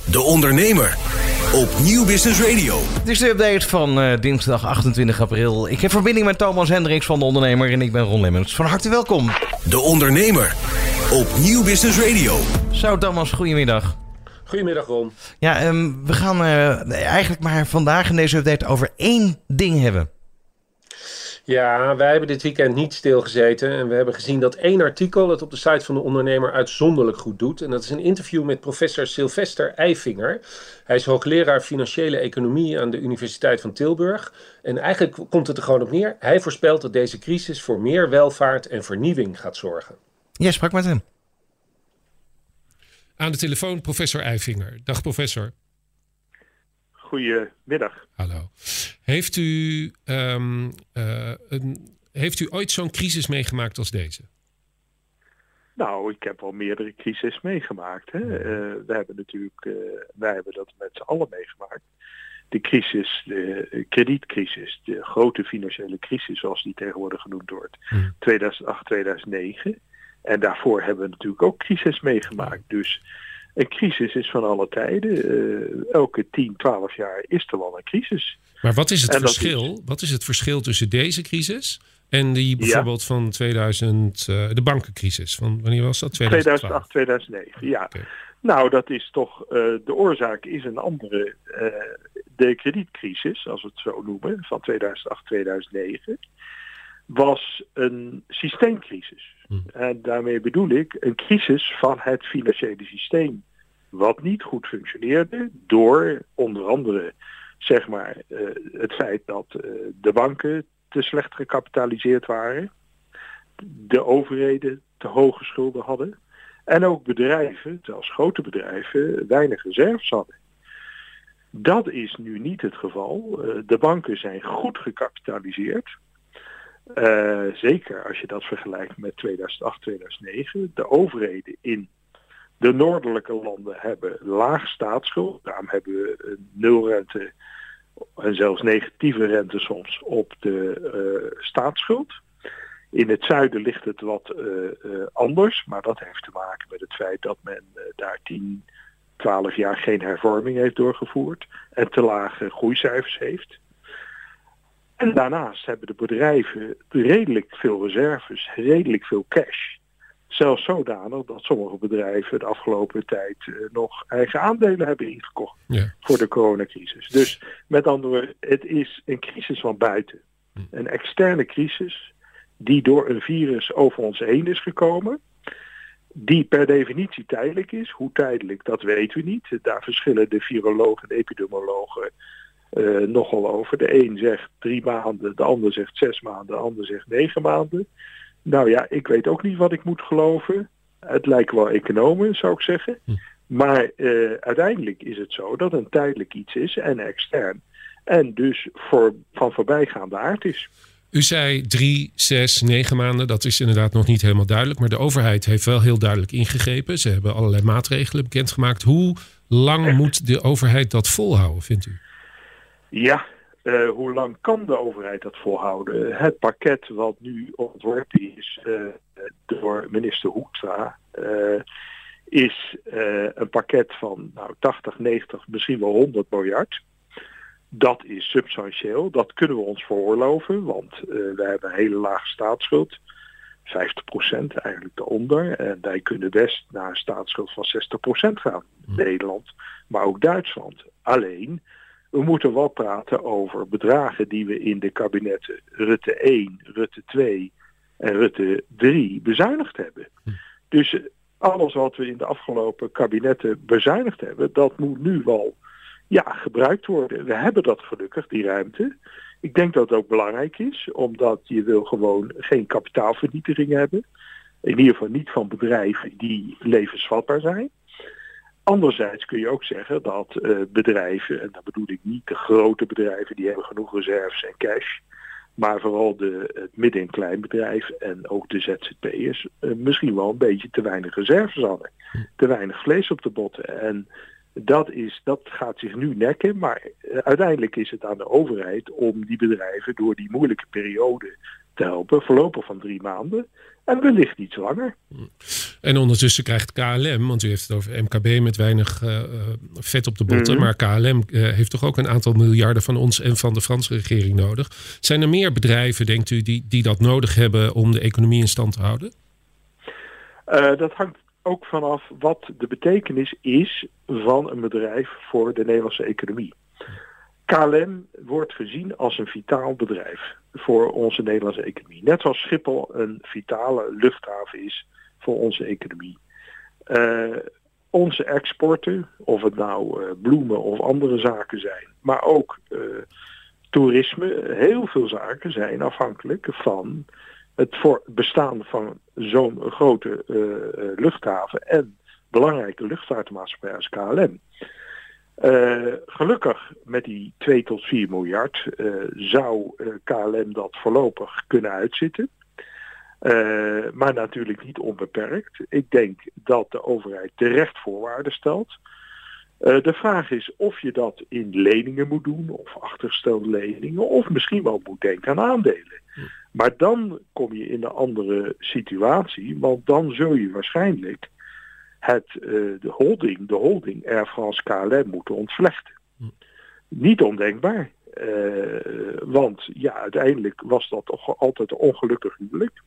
De Ondernemer op Nieuw Business Radio. Het is de update van dinsdag 28 april. Ik heb verbinding met Thomas Hendricks van De Ondernemer en ik ben Ron Lemmens. Van harte welkom. De Ondernemer op Nieuw Business Radio. Zo Thomas, goedemiddag. Goedemiddag Ron. Ja, we gaan eigenlijk maar vandaag in deze update over één ding hebben. Ja, wij hebben dit weekend niet stilgezeten en we hebben gezien dat één artikel het op de site van De Ondernemer uitzonderlijk goed doet. En dat is een interview met professor Sylvester Eifinger. Hij is hoogleraar financiële economie aan de Universiteit van Tilburg. En eigenlijk komt het er gewoon op neer. Hij voorspelt dat deze crisis voor meer welvaart en vernieuwing gaat zorgen. Jij sprak met hem. Aan de telefoon professor Eifinger. Dag professor. Goedemiddag. Hallo. Heeft u ooit zo'n crisis meegemaakt als deze? Nou, ik heb al meerdere crises meegemaakt. Hè. Wij hebben dat met z'n allen meegemaakt. De crisis, de kredietcrisis, de grote financiële crisis zoals die tegenwoordig genoemd wordt. 2008, 2009. En daarvoor hebben we natuurlijk ook crisis meegemaakt. Dus een crisis is van alle tijden. Elke 10, 12 jaar is er wel een crisis. Maar wat is het verschil? Wat is het verschil tussen deze crisis en die bijvoorbeeld van 2000, de bankencrisis? Van wanneer was dat? 2008, 2009, ja. Okay. Nou, dat is toch, de oorzaak is een andere. De kredietcrisis, als we het zo noemen, van 2008, 2009, was een systeemcrisis. En daarmee bedoel ik een crisis van het financiële systeem. Wat niet goed functioneerde door onder andere zeg maar het feit dat de banken te slecht gecapitaliseerd waren. De overheden te hoge schulden hadden. En ook bedrijven, zelfs grote bedrijven, weinig reserves hadden. Dat is nu niet het geval. De banken zijn goed gecapitaliseerd. Zeker als je dat vergelijkt met 2008, 2009. De overheden in de noordelijke landen hebben laag staatsschuld. Daarom hebben we een nulrente en zelfs negatieve rente soms op de staatsschuld. In het zuiden ligt het wat anders. Maar dat heeft te maken met het feit dat men daar 10, 12 jaar geen hervorming heeft doorgevoerd. En te lage groeicijfers heeft. En daarnaast hebben de bedrijven redelijk veel reserves, redelijk veel cash. Zelfs zodanig dat sommige bedrijven de afgelopen tijd nog eigen aandelen hebben ingekocht voor de coronacrisis. Dus met andere woorden, het is een crisis van buiten. Een externe crisis die door een virus over ons heen is gekomen. Die per definitie tijdelijk is. Hoe tijdelijk, dat weten we niet. Daar verschillen de virologen en epidemiologen nogal over. De een zegt 3 maanden, de ander zegt 6 maanden, de ander zegt 9 maanden. Nou ja, ik weet ook niet wat ik moet geloven. Het lijken wel economen, zou ik zeggen. Maar uiteindelijk is het zo dat een tijdelijk iets is en extern. En dus van voorbijgaande aard is. U zei 3, 6, 9 maanden. Dat is inderdaad nog niet helemaal duidelijk. Maar de overheid heeft wel heel duidelijk ingegrepen. Ze hebben allerlei maatregelen bekendgemaakt. Hoe lang moet de overheid dat volhouden, vindt u? Ja, hoe lang kan de overheid dat volhouden? Het pakket wat nu ontworpen is door minister Hoekstra is een pakket van 80, 90, misschien wel 100 miljard. Dat is substantieel, dat kunnen we ons veroorloven, want wij hebben een hele lage staatsschuld. 50% eigenlijk daaronder. En wij kunnen best naar een staatsschuld van 60% gaan. Nederland, maar ook Duitsland. Alleen, we moeten wel praten over bedragen die we in de kabinetten Rutte 1, Rutte 2 en Rutte 3 bezuinigd hebben. Dus alles wat we in de afgelopen kabinetten bezuinigd hebben, dat moet nu wel gebruikt worden. We hebben dat gelukkig, die ruimte. Ik denk dat het ook belangrijk is, omdat je wil gewoon geen kapitaalvernietiging hebben. In ieder geval niet van bedrijven die levensvatbaar zijn. Anderzijds kun je ook zeggen dat bedrijven, en dan bedoel ik niet de grote bedrijven, die hebben genoeg reserves en cash, maar vooral het midden- en kleinbedrijf en ook de ZZP'ers misschien wel een beetje te weinig reserves hadden. Te weinig vlees op de botten. En dat gaat zich nu nekken, maar uiteindelijk is het aan de overheid om die bedrijven door die moeilijke periode te helpen, voorlopig van 3 maanden en wellicht iets langer. En ondertussen krijgt KLM, want u heeft het over MKB met weinig vet op de botten. Maar KLM heeft toch ook een aantal miljarden van ons en van de Franse regering nodig. Zijn er meer bedrijven, denkt u, die dat nodig hebben om de economie in stand te houden? Dat hangt ook vanaf wat de betekenis is van een bedrijf voor de Nederlandse economie. KLM wordt gezien als een vitaal bedrijf voor onze Nederlandse economie. Net zoals Schiphol een vitale luchthaven is voor onze economie. Onze exporten, of het nou bloemen of andere zaken zijn, maar ook toerisme, heel veel zaken zijn afhankelijk van het bestaan van zo'n grote luchthaven en belangrijke luchtvaartmaatschappij als KLM. Gelukkig met die 2 tot 4 miljard zou KLM dat voorlopig kunnen uitzitten. Maar natuurlijk niet onbeperkt. Ik denk dat de overheid terecht voorwaarden stelt. De vraag is of je dat in leningen moet doen of achtergestelde leningen of misschien wel moet denken aan aandelen. Maar dan kom je in een andere situatie, want dan zul je waarschijnlijk de holding Air France KLM moeten ontvlechten. Niet ondenkbaar, want ja, uiteindelijk was dat toch altijd een ongelukkig huwelijk.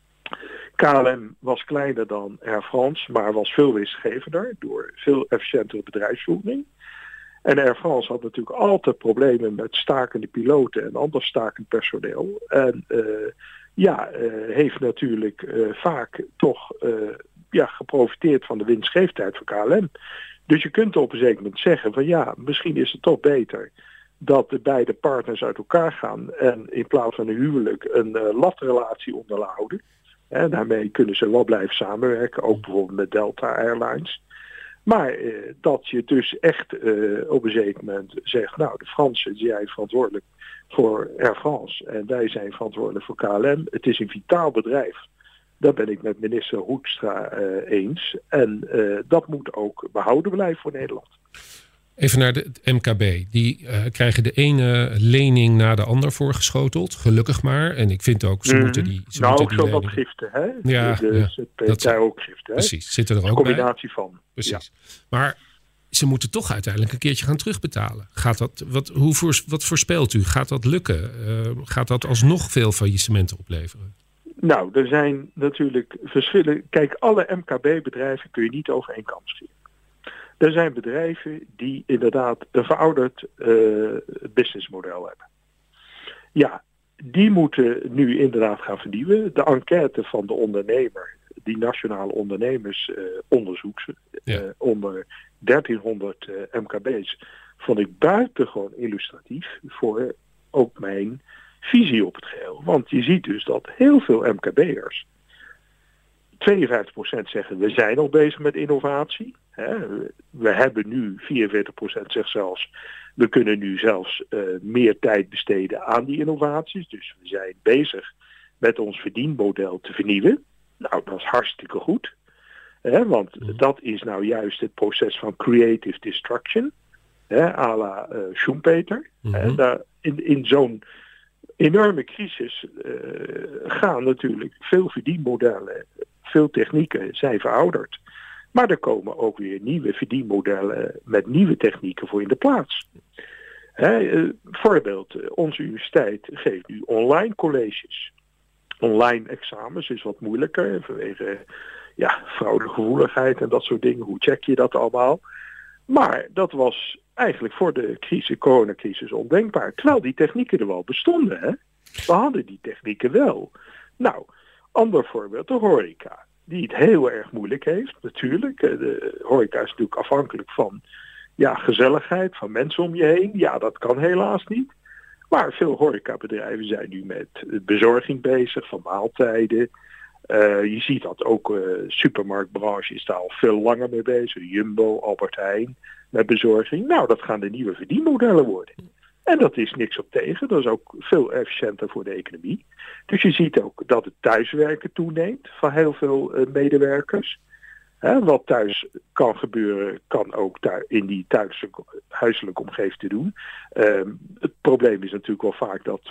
KLM was kleiner dan Air France, maar was veel winstgevender door veel efficiëntere bedrijfsvoering. En Air France had natuurlijk altijd problemen met stakende piloten en ander stakend personeel. En heeft natuurlijk vaak toch geprofiteerd van de winstgevendheid van KLM. Dus je kunt op een zeker moment zeggen van ja, misschien is het toch beter dat de beide partners uit elkaar gaan en in plaats van een huwelijk een latrelatie onderhouden. Daarmee kunnen ze wel blijven samenwerken, ook bijvoorbeeld met Delta Airlines. Maar dat je dus echt op een zeker moment zegt, nou de Fransen zijn verantwoordelijk voor Air France en wij zijn verantwoordelijk voor KLM. Het is een vitaal bedrijf. Dat ben ik met minister Hoekstra eens. En dat moet ook behouden blijven voor Nederland. Even naar de MKB. Die krijgen de ene lening na de ander voorgeschoteld. Gelukkig maar. En ik vind ook, ze moeten die dat giften, hè? Ja, dat zijn ook giften, hè? Precies, zitten er ook een combinatie bij. van. Precies. Ja. Maar ze moeten toch uiteindelijk een keertje gaan terugbetalen. Gaat dat, wat voorspelt u? Gaat dat lukken? Gaat dat alsnog veel faillissementen opleveren? Nou, er zijn natuurlijk verschillen. Kijk, alle MKB-bedrijven kun je niet over één kam scheren. Er zijn bedrijven die inderdaad een verouderd businessmodel hebben. Ja, die moeten nu inderdaad gaan vernieuwen. De enquête van de ondernemer, die nationale ondernemers onderzoekt onder 1300 MKB's, vond ik buitengewoon illustratief voor ook mijn visie op het geheel. Want je ziet dus dat heel veel MKB'ers, 52% zeggen we zijn al bezig met innovatie. We hebben nu, 44% zegt zelfs, we kunnen nu zelfs meer tijd besteden aan die innovaties. Dus we zijn bezig met ons verdienmodel te vernieuwen. Nou, dat is hartstikke goed. Want dat is nou juist het proces van creative destruction. À la Schumpeter. In zo'n enorme crisis gaan natuurlijk veel verdienmodellen, veel technieken zijn verouderd. Maar er komen ook weer nieuwe verdienmodellen met nieuwe technieken voor in de plaats. Voorbeeld, onze universiteit geeft nu online colleges. Online examens is wat moeilijker vanwege fraudegevoeligheid en dat soort dingen. Hoe check je dat allemaal? Maar dat was eigenlijk voor de coronacrisis ondenkbaar. Terwijl die technieken er wel bestonden. Hè? We hadden die technieken wel. Nou, ander voorbeeld, de horeca. Die het heel erg moeilijk heeft, natuurlijk. De horeca is natuurlijk afhankelijk van gezelligheid, van mensen om je heen. Ja, dat kan helaas niet. Maar veel horecabedrijven zijn nu met bezorging bezig van maaltijden. Je ziet dat ook supermarktbranche is daar al veel langer mee bezig. Jumbo, Albert Heijn met bezorging. Nou, dat gaan de nieuwe verdienmodellen worden. En dat is niks op tegen. Dat is ook veel efficiënter voor de economie. Dus je ziet ook dat het thuiswerken toeneemt van heel veel medewerkers. Wat thuis kan gebeuren, kan ook daar in die huiselijke omgeving te doen. Het probleem is natuurlijk wel vaak dat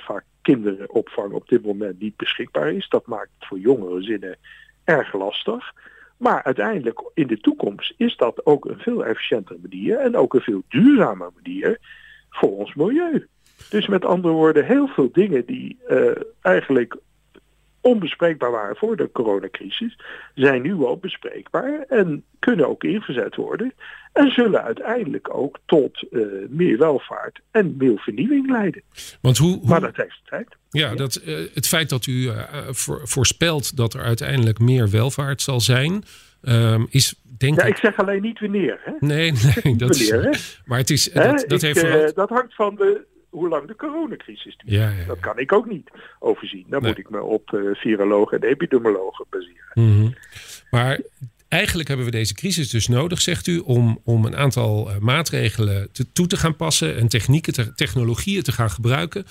kinderenopvang op dit moment niet beschikbaar is. Dat maakt het voor jongere gezinnen erg lastig. Maar uiteindelijk in de toekomst is dat ook een veel efficiëntere manier en ook een veel duurzame manier voor ons milieu. Dus met andere woorden, heel veel dingen die eigenlijk onbespreekbaar waren voor de coronacrisis, zijn nu wel bespreekbaar en kunnen ook ingezet worden en zullen uiteindelijk ook tot meer welvaart en meer vernieuwing leiden. Want maar dat heeft tijd. Ja, het feit dat u voorspelt dat er uiteindelijk meer welvaart zal zijn, is denk ik... Ja, ik zeg alleen niet wanneer. Hè? Nee, dat wanneer, is... Maar het is... Dat hangt van hoe lang de coronacrisis duurt. Ja. Dat kan ik ook niet overzien. Dan moet ik me op virologen en epidemiologen baseren. Mm-hmm. Maar eigenlijk hebben we deze crisis dus nodig, zegt u, om een aantal maatregelen toe te gaan passen en technologieën te gaan gebruiken.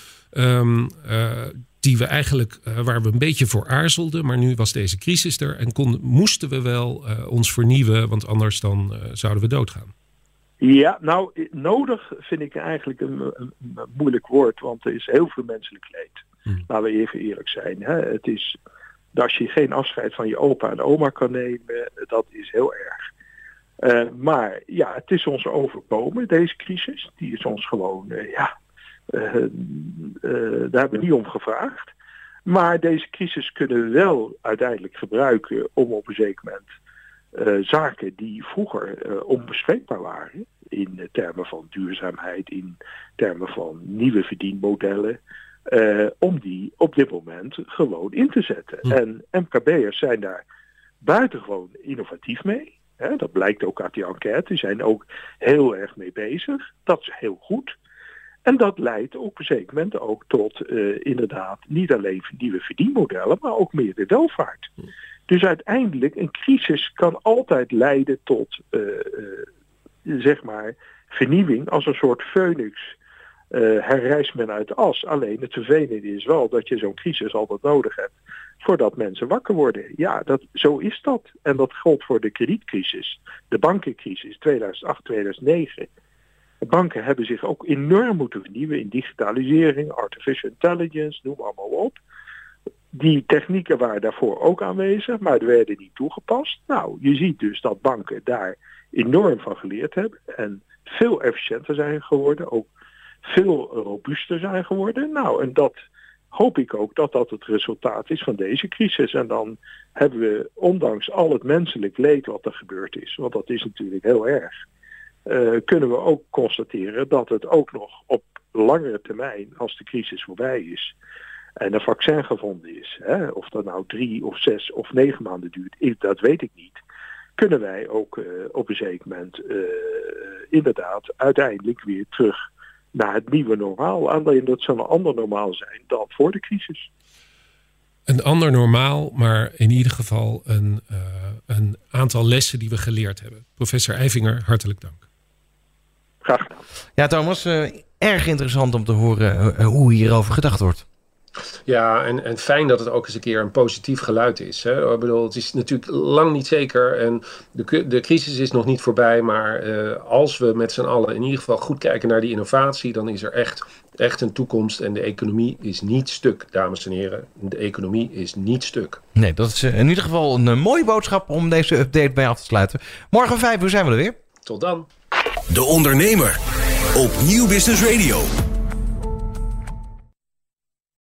Die we eigenlijk, waar we een beetje voor aarzelden. Maar nu was deze crisis er en moesten we wel ons vernieuwen, want anders dan zouden we doodgaan. Ja, nou, nodig vind ik eigenlijk een moeilijk woord, want er is heel veel menselijk leed. Laten we even eerlijk zijn. Hè? Het is, als je geen afscheid van je opa en oma kan nemen, dat is heel erg. Maar ja, het is ons overkomen, deze crisis. Die is ons gewoon, daar hebben we niet om gevraagd. Maar deze crisis kunnen we wel uiteindelijk gebruiken om op een zeker moment zaken die vroeger onbespreekbaar waren, in termen van duurzaamheid, in termen van nieuwe verdienmodellen, om die op dit moment gewoon in te zetten. En MKB'ers zijn daar buitengewoon innovatief mee. Hè? Dat blijkt ook uit die enquête. Die zijn ook heel erg mee bezig. Dat is heel goed. En dat leidt op een zeker moment ook tot inderdaad niet alleen nieuwe verdienmodellen, maar ook meer de welvaart. Dus uiteindelijk, een crisis kan altijd leiden tot, zeg maar, vernieuwing als een soort phoenix. Herrijst men uit de as. Alleen het vervelende is wel dat je zo'n crisis altijd nodig hebt voordat mensen wakker worden. Ja, zo is dat. En dat geldt voor de kredietcrisis, de bankencrisis 2008, 2009. De banken hebben zich ook enorm moeten vernieuwen in digitalisering, artificial intelligence, noem allemaal op. Die technieken waren daarvoor ook aanwezig, maar werden niet toegepast. Nou, je ziet dus dat banken daar enorm van geleerd hebben en veel efficiënter zijn geworden, ook veel robuuster zijn geworden. Nou, en dat hoop ik ook dat het resultaat is van deze crisis. En dan hebben we, ondanks al het menselijk leed wat er gebeurd is, want dat is natuurlijk heel erg, kunnen we ook constateren dat het ook nog op langere termijn, als de crisis voorbij is en een vaccin gevonden is, hè, of dat nou 3 of 6 of 9 maanden duurt, dat weet ik niet, kunnen wij ook op een zeker moment inderdaad uiteindelijk weer terug naar het nieuwe normaal. Alleen dat zal een ander normaal zijn dan voor de crisis. Een ander normaal, maar in ieder geval een aantal lessen die we geleerd hebben. Professor Eifinger, hartelijk dank. Graag gedaan. Ja, Thomas, erg interessant om te horen hoe hierover gedacht wordt. Ja, en fijn dat het ook eens een keer een positief geluid is. Hè? Ik bedoel, het is natuurlijk lang niet zeker en de crisis is nog niet voorbij. Maar als we met z'n allen in ieder geval goed kijken naar die innovatie, dan is er echt een toekomst. En de economie is niet stuk, dames en heren. De economie is niet stuk. Nee, dat is in ieder geval een mooie boodschap om deze update bij af te sluiten. Morgen 5 uur zijn we er weer. Tot dan. De Ondernemer op Nieuw Business Radio.